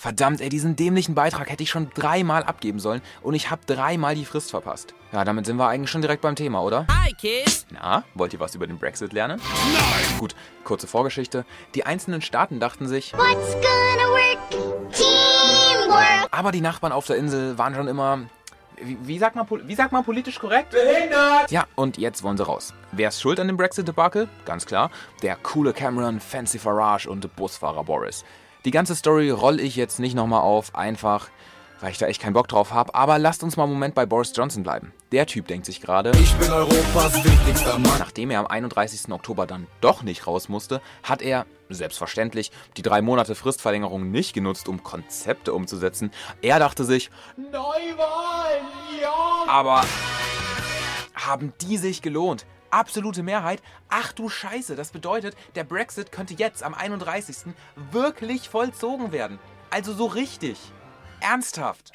Verdammt, ey, diesen dämlichen Beitrag hätte ich schon 3-mal abgeben sollen und ich habe 3-mal die Frist verpasst. Ja, damit sind wir eigentlich schon direkt beim Thema, oder? Hi, Kids! Na, wollt ihr was über den Brexit lernen? Nein! Gut, kurze Vorgeschichte. Die einzelnen Staaten dachten sich, What's gonna work? Teamwork! aber die Nachbarn auf der Insel waren schon immer... Wie sagt man politisch korrekt? Behindert! Ja, und jetzt wollen sie raus. Wer ist schuld an dem Brexit-Debakel? Ganz klar, der coole Cameron, Fancy Farage und Busfahrer Boris. Die ganze Story roll ich jetzt nicht nochmal auf, einfach, weil ich da echt keinen Bock drauf habe. Aber lasst uns mal einen Moment bei Boris Johnson bleiben. Der Typ denkt sich gerade, Ich bin Europas wichtigster Mann. nachdem er am 31. Oktober dann doch nicht raus musste, hat er, selbstverständlich, die 3 Monate Fristverlängerung nicht genutzt, um Konzepte umzusetzen. Er dachte sich, Neuwahlen, ja! Aber haben die sich gelohnt? Absolute Mehrheit? Ach du Scheiße, das bedeutet, der Brexit könnte jetzt am 31. wirklich vollzogen werden. Also so richtig. Ernsthaft.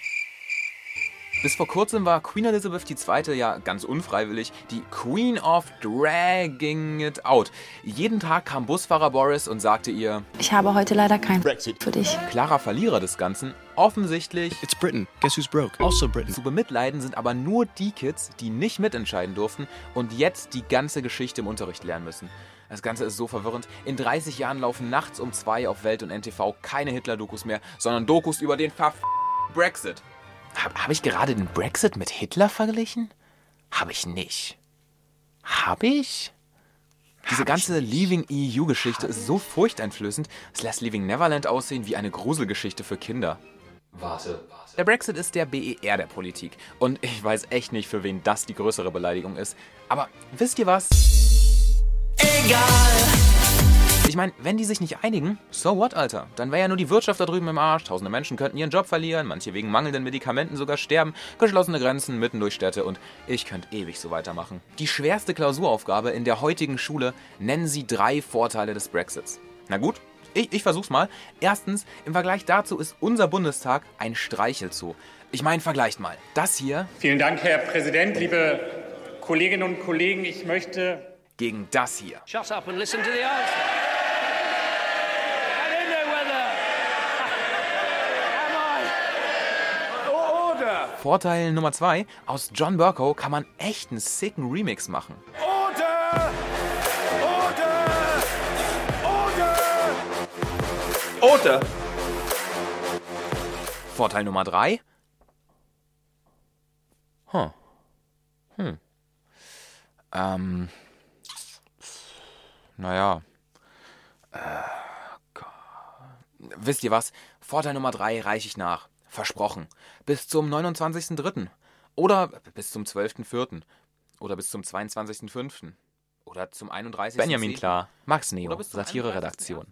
Bis vor kurzem war Queen Elizabeth II. Ja ganz unfreiwillig die Queen of Dragging It Out. Jeden Tag kam Busfahrer Boris und sagte ihr, Ich habe heute leider kein für dich. klarer Verlierer des Ganzen, offensichtlich It's Britain. Guess who's broke? Also Britain. zu bemitleiden sind aber nur die Kids, die nicht mitentscheiden durften und jetzt die ganze Geschichte im Unterricht lernen müssen. Das Ganze ist so verwirrend. In 30 Jahren laufen nachts um 2 auf Welt und NTV keine Hitler-Dokus mehr, sondern Dokus über den Brexit. Habe ich gerade den Brexit mit Hitler verglichen? Habe ich nicht. Habe ich? Diese ganze Leaving EU-Geschichte ist so furchteinflößend, es lässt Leaving Neverland aussehen wie eine Gruselgeschichte für Kinder. Warte. Der Brexit ist der BER der Politik. Und ich weiß echt nicht, für wen das die größere Beleidigung ist. Aber wisst ihr was? Egal! Ich meine, wenn die sich nicht einigen, so what, Alter? Dann wäre ja nur die Wirtschaft da drüben im Arsch, tausende Menschen könnten ihren Job verlieren, manche wegen mangelnden Medikamenten sogar sterben, geschlossene Grenzen mitten durch Städte und ich könnte ewig so weitermachen. Die schwerste Klausuraufgabe in der heutigen Schule nennen sie 3 Vorteile des Brexits. Na gut, ich versuch's mal. Erstens, im Vergleich dazu ist unser Bundestag ein Streichelzoo. Ich meine, vergleicht mal. Das hier Vielen Dank, Herr Präsident, liebe Kolleginnen und Kollegen. Ich möchte gegen das hier. Shut up and listen to the answer. I don't know whether... Am I? Order! Vorteil Nummer 2, aus John Burko kann man echt einen sicken Remix machen. Order! Order! Order! Order! Vorteil Nummer 3. Naja. Wisst ihr was? Vorteil Nummer 3 reiche ich nach. Versprochen. Bis zum 29.03. Oder bis zum 12.04. Oder bis zum 22.05. Oder zum 31.10. Benjamin Klar, Max Oder Neo, bis zum Satire-Redaktion.